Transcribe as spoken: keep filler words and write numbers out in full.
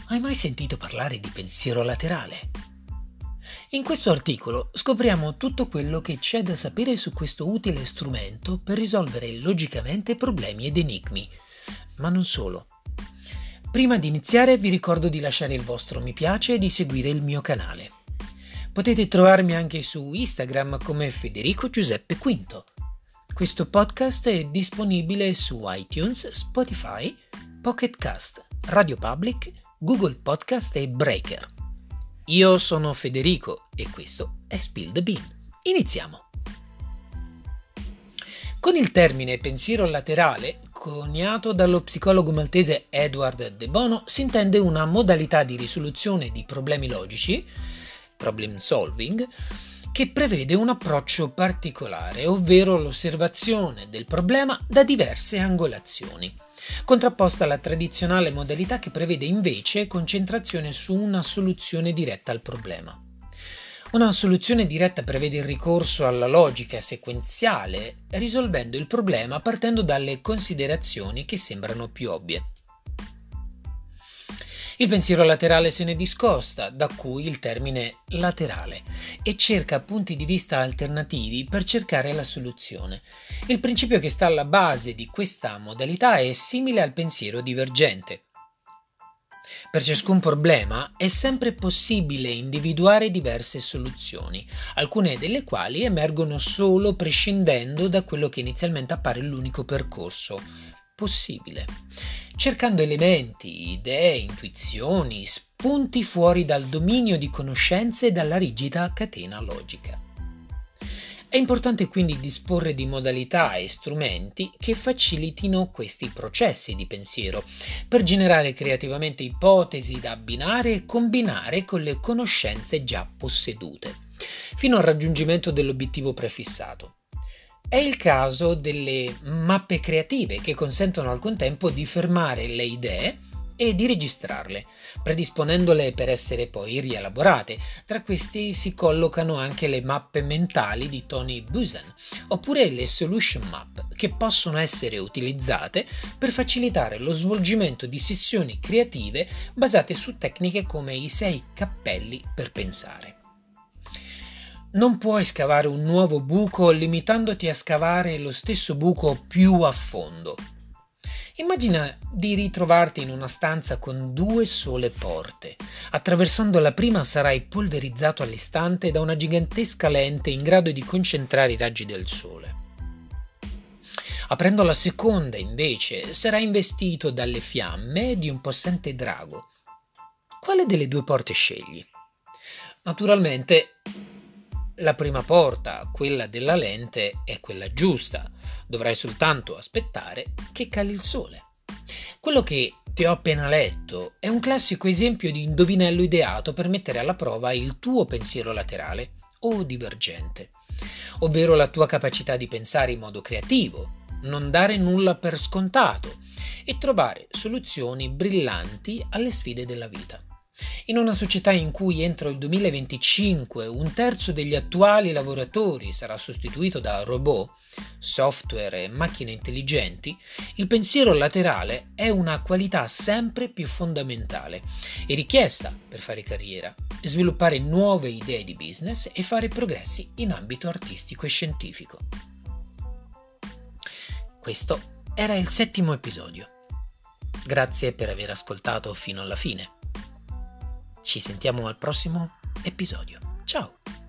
Hai mai sentito parlare di pensiero laterale? In questo articolo scopriamo tutto quello che c'è da sapere su questo utile strumento per risolvere logicamente problemi ed enigmi, ma non solo. Prima di iniziare vi ricordo di lasciare il vostro mi piace e di seguire il mio canale. Potete trovarmi anche su Instagram come Federico Giuseppe Quinto. Questo podcast è disponibile su iTunes, Spotify, Pocket Cast, Radio Public, Google Podcast e Breaker. Io sono Federico e questo è Spill the Bean. Iniziamo! Con il termine pensiero laterale, coniato dallo psicologo maltese Edward De Bono, si intende una modalità di risoluzione di problemi logici, problem solving, che prevede un approccio particolare, ovvero l'osservazione del problema da diverse angolazioni, contrapposta alla tradizionale modalità che prevede invece concentrazione su una soluzione diretta al problema. Una soluzione diretta prevede il ricorso alla logica sequenziale, risolvendo il problema partendo dalle considerazioni che sembrano più ovvie. Il pensiero laterale se ne discosta, da cui il termine laterale, e cerca punti di vista alternativi per cercare la soluzione. Il principio che sta alla base di questa modalità è simile al pensiero divergente. Per ciascun problema è sempre possibile individuare diverse soluzioni, alcune delle quali emergono solo prescindendo da quello che inizialmente appare l'unico percorso possibile, cercando elementi, idee, intuizioni, spunti fuori dal dominio di conoscenze e dalla rigida catena logica. È importante quindi disporre di modalità e strumenti che facilitino questi processi di pensiero per generare creativamente ipotesi da abbinare e combinare con le conoscenze già possedute, fino al raggiungimento dell'obiettivo prefissato. È il caso delle mappe creative che consentono al contempo di fermare le idee e di registrarle, predisponendole per essere poi rielaborate. Tra questi si collocano anche le mappe mentali di Tony Buzan, oppure le solution map, che possono essere utilizzate per facilitare lo svolgimento di sessioni creative basate su tecniche come i sei cappelli per pensare. Non puoi scavare un nuovo buco limitandoti a scavare lo stesso buco più a fondo. Immagina di ritrovarti in una stanza con due sole porte. Attraversando la prima sarai polverizzato all'istante da una gigantesca lente in grado di concentrare i raggi del sole. Aprendo la seconda, invece, sarai investito dalle fiamme di un possente drago. Quale delle due porte scegli? Naturalmente, la prima porta, quella della lente, è quella giusta. Dovrai soltanto aspettare che cali il sole. Quello che ti ho appena letto è un classico esempio di indovinello ideato per mettere alla prova il tuo pensiero laterale o divergente, ovvero la tua capacità di pensare in modo creativo, non dare nulla per scontato e trovare soluzioni brillanti alle sfide della vita. In una società in cui entro il duemilaventicinque un terzo degli attuali lavoratori sarà sostituito da robot, software e macchine intelligenti, il pensiero laterale è una qualità sempre più fondamentale e richiesta per fare carriera, sviluppare nuove idee di business e fare progressi in ambito artistico e scientifico. Questo era il settimo episodio. Grazie per aver ascoltato fino alla fine. Ci sentiamo al prossimo episodio. Ciao!